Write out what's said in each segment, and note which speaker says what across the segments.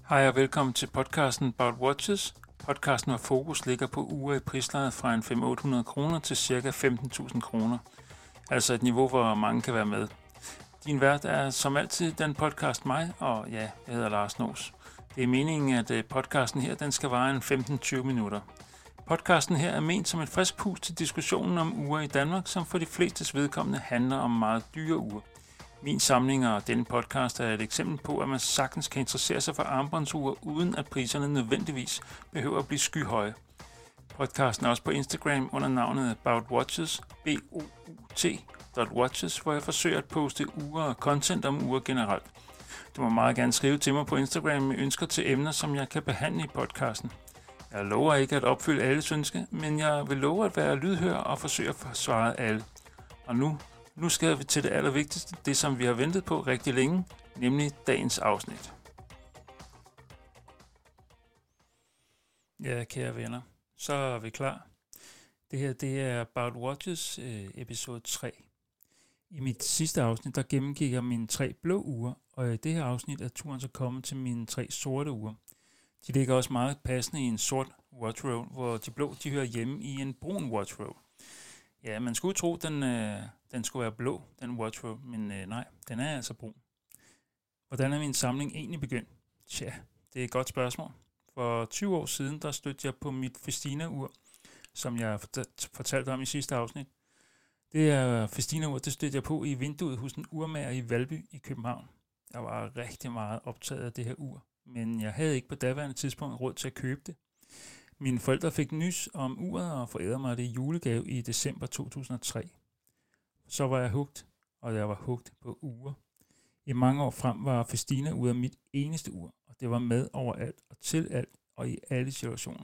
Speaker 1: Hej og velkommen til podcasten About Watches. Podcasten, hvor fokus ligger på uger i prislejet fra en 500-800 kroner til ca. 15.000 kroner. Altså et niveau, hvor mange kan være med. Din vært er som altid den podcast mig, og ja, jeg hedder Lars Nås. Det er meningen, at podcasten her den skal vare en 15-20 minutter. Podcasten her er ment som et frisk pust til diskussionen om uger i Danmark, som for de flestes vedkommende handler om meget dyre uger. Min samling og denne podcast er et eksempel på, at man sagtens kan interessere sig for armbåndsure, uden at priserne nødvendigvis behøver at blive skyhøje. Podcasten er også på Instagram under navnet About Watches, BOUT.watches, hvor jeg forsøger at poste uger og content om uger generelt. Du må meget gerne skrive til mig på Instagram med ønsker til emner, som jeg kan behandle i podcasten. Jeg lover ikke at opfylde alles ønske, men jeg vil love at være lydhør og forsøge at få svaret alle. Og nu skal vi til det allervigtigste, det som vi har ventet på rigtig længe, nemlig dagens afsnit. Ja, kære venner, så er vi klar. Det her, det er About Watches episode 3. I mit sidste afsnit, der gennemgik jeg mine 3 blå uger, og i det her afsnit er turen så kommet til mine 3 sorte uger. De ligger også meget passende i en sort watchrobe, hvor de blå, de hører hjemme i en brun watchrobe. Ja, man skulle tro, den skulle være blå, den watchrobe, men nej, den er altså brun. Hvordan er min samling egentlig begyndt? Tja, det er et godt spørgsmål. For 20 år siden, der stødte jeg på mit Festina-ur, som jeg fortalte om i sidste afsnit. Det er Festina-ur, det stødte jeg på i vinduet hos en urmager i Valby i København. Jeg var rigtig meget optaget af det her ur, men jeg havde ikke på daværende tidspunkt råd til at købe det. Mine forældre fik nys om uret og forærede mig det i julegave i december 2003. Så var jeg hugt, og jeg var hugt på uger. I mange år frem var Festina-uret mit eneste ur, og det var med overalt og til alt og i alle situationer.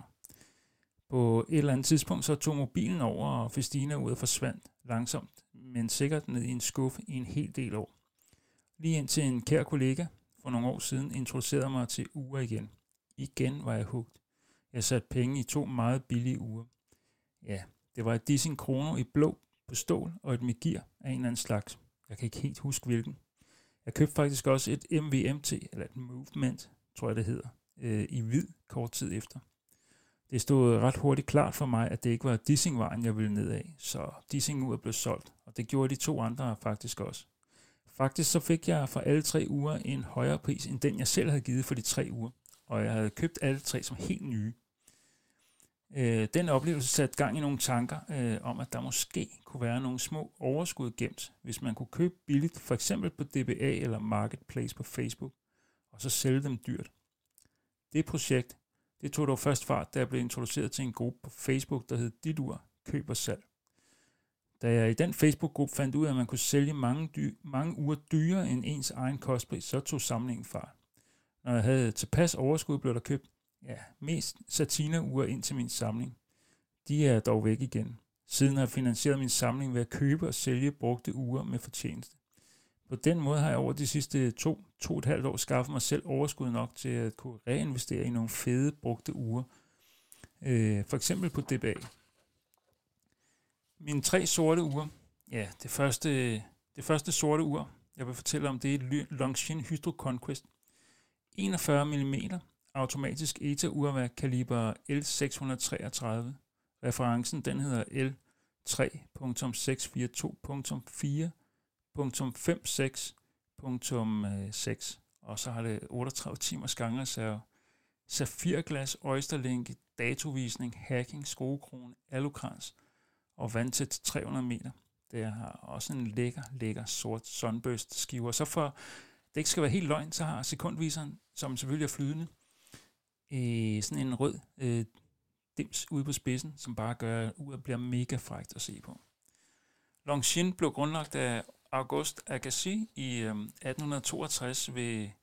Speaker 1: På et eller andet tidspunkt så tog mobilen over, og Festina-uret forsvandt langsomt, men sikkert ned i en skuffe i en hel del år. Lige indtil en kær kollega for nogle år siden introducerede mig til uger igen. Igen var jeg hugt. Jeg satte penge i 2 meget billige uger. Ja, det var et Dissing Chrono i blå på stål og et Megir af en eller anden slags. Jeg kan ikke helt huske hvilken. Jeg købte faktisk også et MVMT, eller et Movement, tror jeg det hedder, i hvid kort tid efter. Det stod ret hurtigt klart for mig, at det ikke var Dissing-vejen, jeg ville nedad, så Dissing-uret blev solgt, og det gjorde de 2 andre faktisk også. Faktisk så fik jeg for alle 3 uger en højere pris, end den jeg selv havde givet for de 3 uger, og jeg havde købt alle 3 som helt nye. Den oplevelse satte gang i nogle tanker om, at der måske kunne være nogle små overskud gemt, hvis man kunne købe billigt, for eksempel på DBA eller Marketplace på Facebook, og så sælge dem dyrt. Det projekt, det tog dog først fart, da jeg blev introduceret til en gruppe på Facebook, der hed Dit Ur, Køb og Salg. Da jeg i den Facebook-gruppe fandt ud af, at man kunne sælge mange uger dyrere end ens egen kostpris, så tog samlingen fart. Når jeg havde tilpas overskud, blev der købt mest Satina-uger ind til min samling. De er dog væk igen. Siden har jeg finansieret min samling ved at købe og sælge brugte uger med fortjeneste. På den måde har jeg over de sidste 2,5 år skaffet mig selv overskud nok til at kunne reinvestere i nogle fede brugte uger. For eksempel på DBA. Mine 3 sorte uger. Ja, det første sorte ur, jeg vil fortælle om, det er et Longines Hydro Conquest. 41 mm automatisk ETA-urværk kaliber L633. Referencen den hedder L3.642.4.56.6, og så har det 38 timers gangreserve, safirglas, oysterlænke, datovisning, hacking, skruekrone, alukrans og vandtæt 300 meter. Det har også en lækker sort sunburst skiver. Så for det ikke skal være helt løgn, så har sekundviseren, som selvfølgelig er flydende, sådan en rød dims ude på spidsen, som bare gør, at uret bliver mega frækt at se på. Longines blev grundlagt af Auguste Agassiz i 1832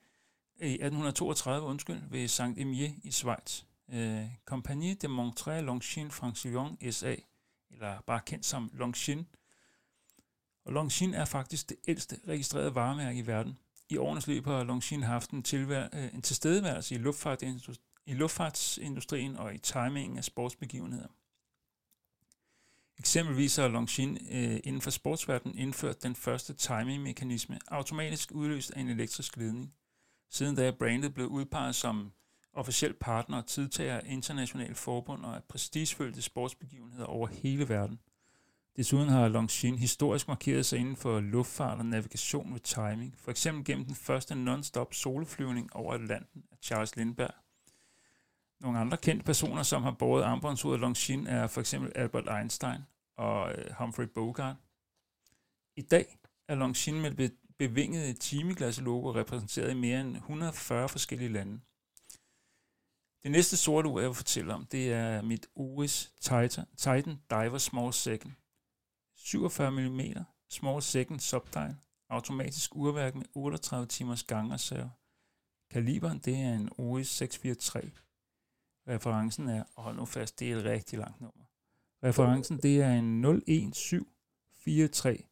Speaker 1: ved Saint-Imier i Schweiz. Compagnie de Montre Longines Francillon SA, eller bare kendt som Longines. Og Longines er faktisk det ældste registrerede varemærke i verden. I årenes løb har Longines haft en tilstedeværelse i luftfartsindustrien og i timingen af sportsbegivenheder. Eksempelvis har Longines inden for sportsverdenen indført den første timingmekanisme, automatisk udløst af en elektrisk ledning. Siden da er brandet blevet udpeget som officiel partner og tidtager af internationale forbund og af prestigefølte sportsbegivenheder over hele verden. Desuden har Longines historisk markeret sig inden for luftfart og navigation med timing, for eksempel gennem den første non-stop soloflyvning over Atlanten af Charles Lindbergh. Nogle andre kendte personer, som har båret armbåndsuret af Longines, er for eksempel Albert Einstein og Humphrey Bogart. I dag er Longines med det bevingede timeglas-logo repræsenteret i mere end 140 forskellige lande. Det næste sorte ur, jeg vil fortælle om, det er mit ORIS Titan Diver Small Second. 47 mm Small Second Subdial, automatisk urværk med 38 timers gangreserve. Kaliberen, det er en ORIS 643. Referencen er, og hold nu fast, det er et rigtig langt nummer. Referencen, det er en 01743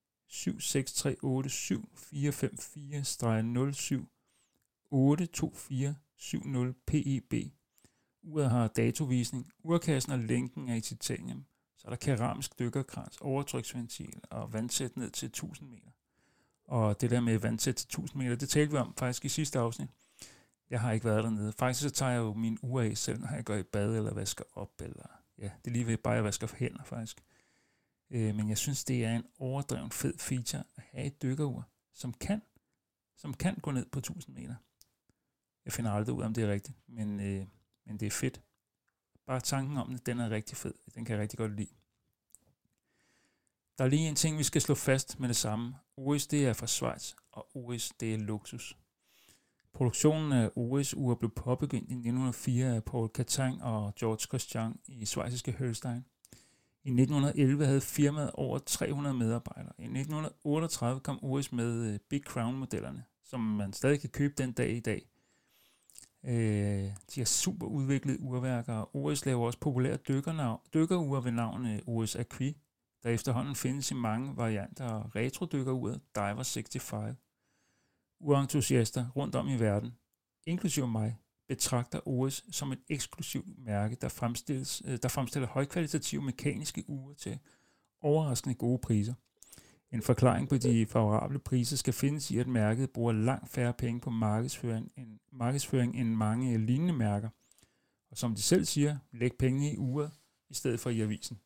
Speaker 1: 76387-454-07-82470 PEB. Uret har datovisning. Urkassen og lænken er i titanium. Så er der keramisk dykkerkrans, overtryksventil og vandsæt ned til 1000 meter. Og det der med vandsæt til 1000 meter, det talte vi om faktisk i sidste afsnit. Jeg har ikke været dernede. Faktisk så tager jeg jo min ure af selv, når jeg går i bad eller vasker op. Eller, ja, det er lige ved bare, at jeg vasker hænder faktisk. Men jeg synes, det er en overdreven fed feature at have et dykkerur, som kan gå ned på 1000 meter. Jeg finder aldrig ud af, om det er rigtigt, men det er fedt. Bare tanken om det, den er rigtig fed. Den kan jeg rigtig godt lide. Der er lige en ting, vi skal slå fast med det samme. ORIS, det er fra Schweiz, og ORIS, det er luksus. Produktionen af ORIS-ure blev påbegyndt i 1904 af Paul Catin og George Christian i schweiziske Holstein. I 1911 havde firmaet over 300 medarbejdere. I 1938 kom ORIS med Big Crown-modellerne, som man stadig kan købe den dag i dag. De er super udviklede urværker, og ORIS laver også populære dykkerure ved navn ORIS Aqui, der efterhånden findes i mange varianter af retro-dykkeruret Diver 65. Urentusiaster rundt om i verden, inklusive mig, betragter ORIS som et eksklusivt mærke, der fremstiller højkvalitative mekaniske ure til overraskende gode priser. En forklaring på de favorable priser skal findes i, at mærket bruger langt færre penge på markedsføring end mange lignende mærker. Og som de selv siger, læg pengene i uret i stedet for i avisen.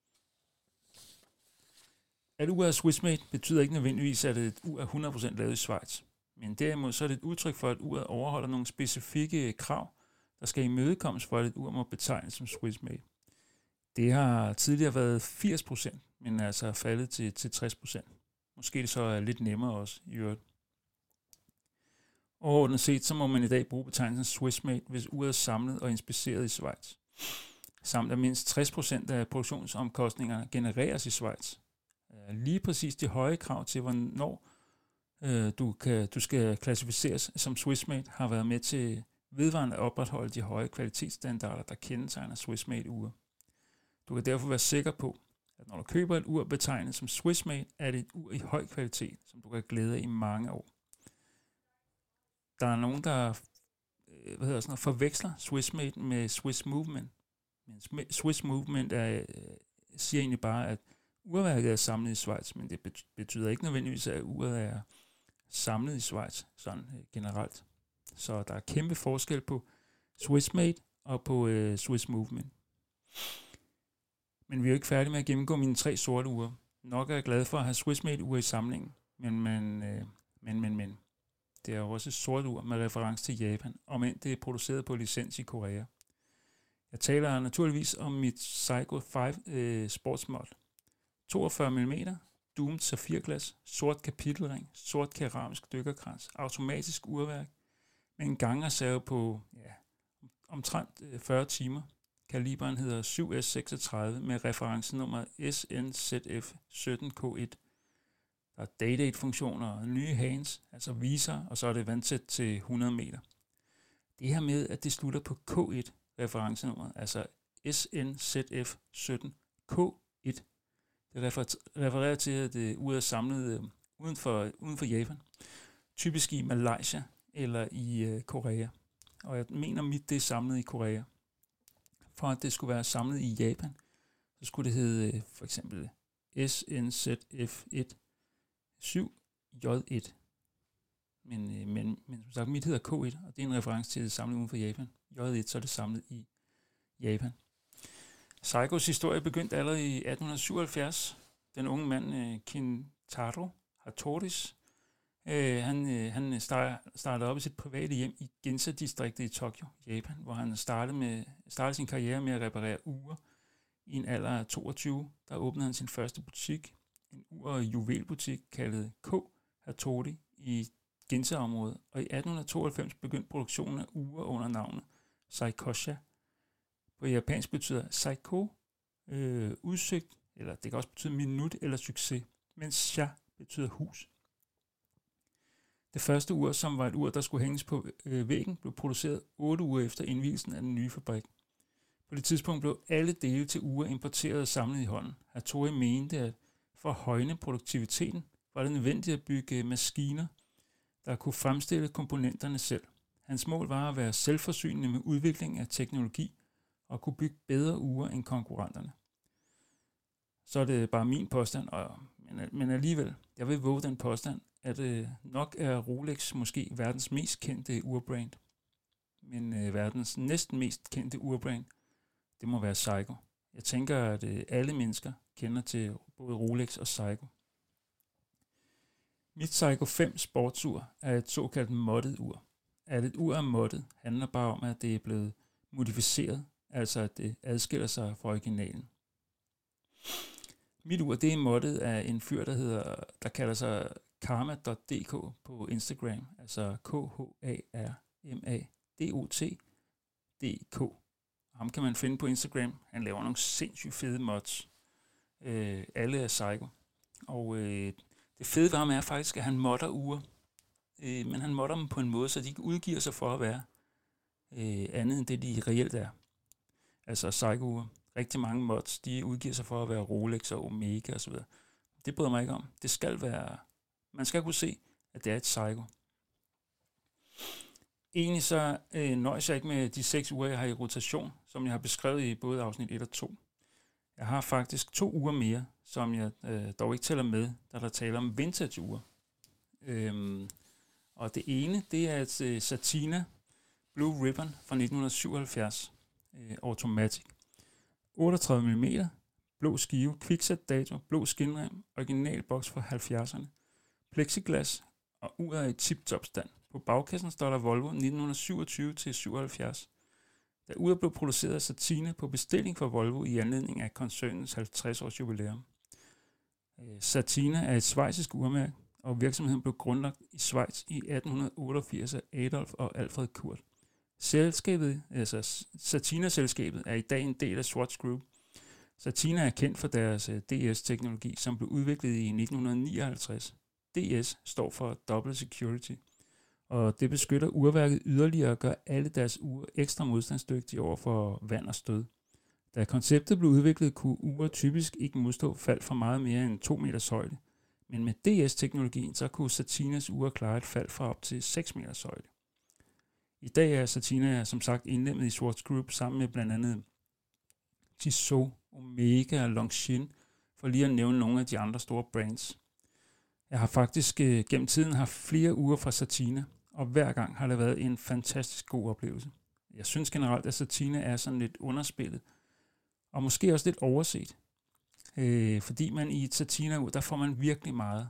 Speaker 1: At uret er Swissmade betyder ikke nødvendigvis, at et ur er 100% lavet i Schweiz. Men derimod så er det et udtryk for, at uret overholder nogle specifikke krav, der skal imødekommes for, at et ur må betegnes som Swissmade. Det har tidligere været 80%, men er altså faldet til 60%. Måske det så er lidt nemmere også i øvrigt. Overordnet set, så må man i dag bruge betegnelsen Swissmade, hvis uret er samlet og inspiceret i Schweiz. Samt at mindst 60% af produktionsomkostningerne genereres i Schweiz. Lige præcis de høje krav til, hvornår du skal klassificeres som Swissmade, har været med til vedvarende at opretholde de høje kvalitetsstandarder, der kendetegner Swissmade-ure. Du kan derfor være sikker på, at når du køber et ur betegnet som Swissmade, er det et ur i høj kvalitet, som du kan glæde af i mange år. Der er nogen, der forveksler Swissmade med Swiss Movement. Men Swiss Movement siger egentlig bare, at urværket er samlet i Schweiz, men det betyder ikke nødvendigvis, at uret er samlet i Schweiz, sådan generelt. Så der er kæmpe forskel på Swissmade og på Swiss Movement. Men vi er jo ikke færdige med at gennemgå mine 3 sorte ure. Nok er jeg glad for at have Swissmade-ure i samlingen, men. Det er jo også et sort ur med reference til Japan, om end det er produceret på licens i Korea. Jeg taler naturligvis om mit Seiko 5 Sportsmod. 42 mm, doomed safirglas, sort kapitelring, sort keramisk dykkerkrans, automatisk urværk med en gangreserve på omtrent 40 timer. Kaliberen hedder 7S36 med referencenummer SNZF17K1. Der er day-date-funktioner og nye hands, altså viser, og så er det vandsæt til 100 meter. Det her med, at det slutter på K1 referencenummer, altså SNZF17K1, det refererer til, at uret er samlet uden for Japan, typisk i Malaysia eller i Korea. Og jeg mener det er samlet i Korea. For at det skulle være samlet i Japan, så skulle det hedde for eksempel SNZF1 7J1. Men som sagt, mit hedder K1, og det er en reference til det samlet uden for Japan. J1, så er det samlet i Japan. Seikos historie begyndte allerede i 1877. Den unge mand, Kintaro Hattoris, han startede op i sit private hjem i Ginza-distriktet i Tokyo, Japan, hvor han startede sin karriere med at reparere ure. I en alder af 22, der åbnede han sin første butik, en ur- og juvelbutik kaldet K. Hattori i Ginza-området, og i 1892 begyndte produktionen af ure under navnet Seikosha. På japansk betyder Seiko udsigt, eller det kan også betyde minut eller succes, mens sha betyder hus. Det første ur, som var et ur, der skulle hænges på væggen, blev produceret 8 uger efter indvielsen af den nye fabrik. På det tidspunkt blev alle dele til ure importeret og samlet i hånden. Hattori mente, at for at højne produktiviteten var det nødvendigt at bygge maskiner, der kunne fremstille komponenterne selv. Hans mål var at være selvforsynende med udvikling af teknologi og kunne bygge bedre ure end konkurrenterne. Så er det bare min påstand, men alligevel, jeg vil våge den påstand, at nok er Rolex måske verdens mest kendte urbrand, men verdens næsten mest kendte urbrand, det må være Seiko. Jeg tænker, at alle mennesker kender til både Rolex og Seiko. Mit Seiko 5 sportsur er et såkaldt moddet ur. At et ur er moddet handler bare om, at det er blevet modificeret, altså at det adskiller sig fra originalen. Mit ur, det er moddet af en fyr, der kalder sig karma.dk på Instagram, altså KHARMADOT.dk. Ham kan man finde på Instagram. Han laver nogle sindssygt fede mods. Alle er Seiko. Og det fede ved ham er faktisk, at han modder ure. Men han modder dem på en måde, så de ikke udgiver sig for at være andet end det, de reelt er. Altså Seiko-ure. Rigtig mange mods, de udgiver sig for at være Rolex og Omega osv. Det bryder mig ikke om. Det skal være... Man skal kunne se, at det er et Seiko. Egentlig så nøjes jeg ikke med de 6 uger, jeg har i rotation, som jeg har beskrevet i både afsnit 1 og 2. Jeg har faktisk 2 uger mere, som jeg dog ikke tæller med, da der taler om vintage-uger. Og det ene, det er et Satina Blue Ribbon fra 1977, Automatic. 38 mm, blå skive, quickset dato, blå skinrem, original boks fra 70'erne, plexiglas og uret er i tip-top stand. På bagkassen står der Volvo 1927-77. Da uret blev produceret af Satina på bestilling fra Volvo i anledning af koncernens 50-års jubilæum. Satina er et schweizisk urmærke, og virksomheden blev grundlagt i Schweiz i 1888 af Adolf og Alfred Kurt. Selskabet, altså Satina-selskabet, er i dag en del af Swatch Group. Satina er kendt for deres DS-teknologi, som blev udviklet i 1959. DS står for Double Security, og det beskytter urværket yderligere og gør alle deres ure ekstra modstandsdygtige over for vand og stød. Da konceptet blev udviklet, kunne ure typisk ikke modstå fald fra meget mere end 2 meters højde, men med DS-teknologien så kunne Satinas ure klare et fald fra op til 6 meters højde. I dag er Satina som sagt indlemmet i Swatch Group sammen med blandt andet Tissot, Omega og Longines, for lige at nævne nogle af de andre store brands. Jeg har faktisk gennem tiden haft flere uger fra Satina, og hver gang har det været en fantastisk god oplevelse. Jeg synes generelt, at Satina er sådan lidt underspillet, og måske også lidt overset. Fordi man i et Satina-ur, der får man virkelig meget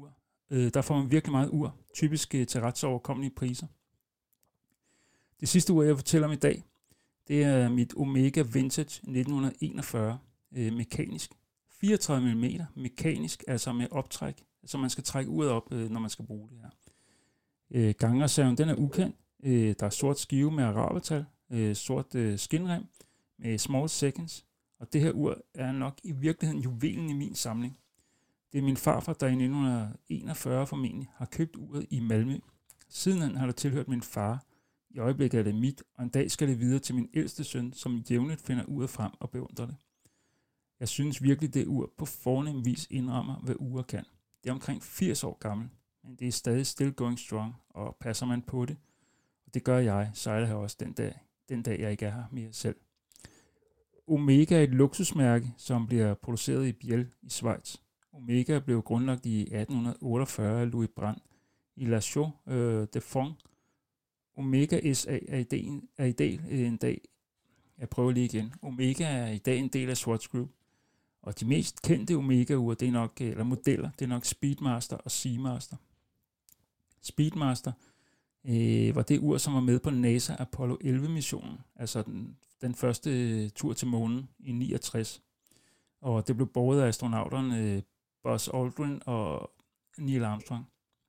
Speaker 1: ur. Typisk til ret så overkommelige priser. Det sidste ur, jeg fortæller om i dag, det er mit Omega Vintage 1941 mekanisk. 34 mm mekanisk, altså med optræk, så man skal trække uret op, når man skal bruge det her. Gangreserven, den er ukendt. Der er sort skive med arabertal, sort skinrem med small seconds, og det her ur er nok i virkeligheden juvelen i min samling. Det er min farfar, der i 1941 formentlig har købt uret i Malmø. Sidenhen har det tilhørt min far. I øjeblikket er det mit, og en dag skal det videre til min ældste søn, som jævnligt finder uret frem og beundrer det. Jeg synes virkelig, det ur på fornem vis indrammer, hvad uret kan. Det er omkring 80 år gammel, men det er stadig still going strong, og passer man på det, og det gør jeg, så er det her også den dag jeg ikke er her mere selv. Omega er et luksusmærke, som bliver produceret i Biel i Schweiz. Omega blev grundlagt i 1848 af Louis Brandt Ilation de Fond. Omega SA er i dag en dag. Jeg prøver lige igen. Omega er i dag en del af Swatch Group. Og de mest kendte Omega-ure, det er nok, eller modeller, det er nok Speedmaster og Seamaster. Speedmaster var det ur, som var med på NASA Apollo 11-missionen, altså den første tur til månen i 69. Og det blev båret af astronauterne Buzz Aldrin og Neil Armstrong.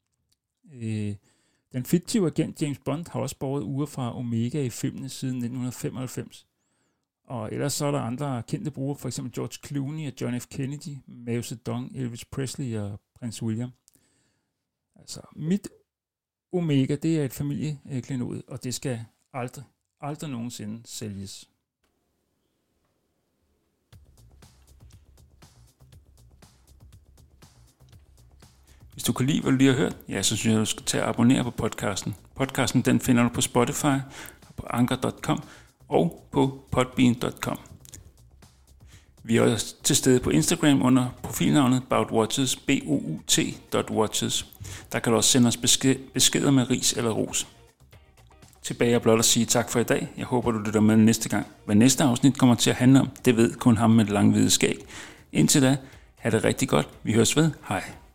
Speaker 1: Den fiktive agent James Bond har også båret ure fra Omega i filmene siden 1995. Og ellers så er der andre kendte brugere, f.eks. George Clooney og John F. Kennedy, Mao Zedong, Elvis Presley og prins William. Altså, mit Omega, det er et familieklenod, og det skal aldrig nogensinde sælges. Hvis du kan lide, hvad du lige har hørt, ja, så synes jeg, du skal tage og abonnere på podcasten. Podcasten, den finder du på Spotify, på anchor.com og på podbean.com. Vi er også til stede på Instagram under profilnavnet boutwatches, bout.watches. Der kan du også sende os beskeder med ris eller ros. Tilbage er blot at sige tak for i dag. Jeg håber, du lytter med næste gang. Hvad næste afsnit kommer til at handle om, det ved kun ham med det lange hvide skæg. Indtil da, have det rigtig godt. Vi høres ved. Hej.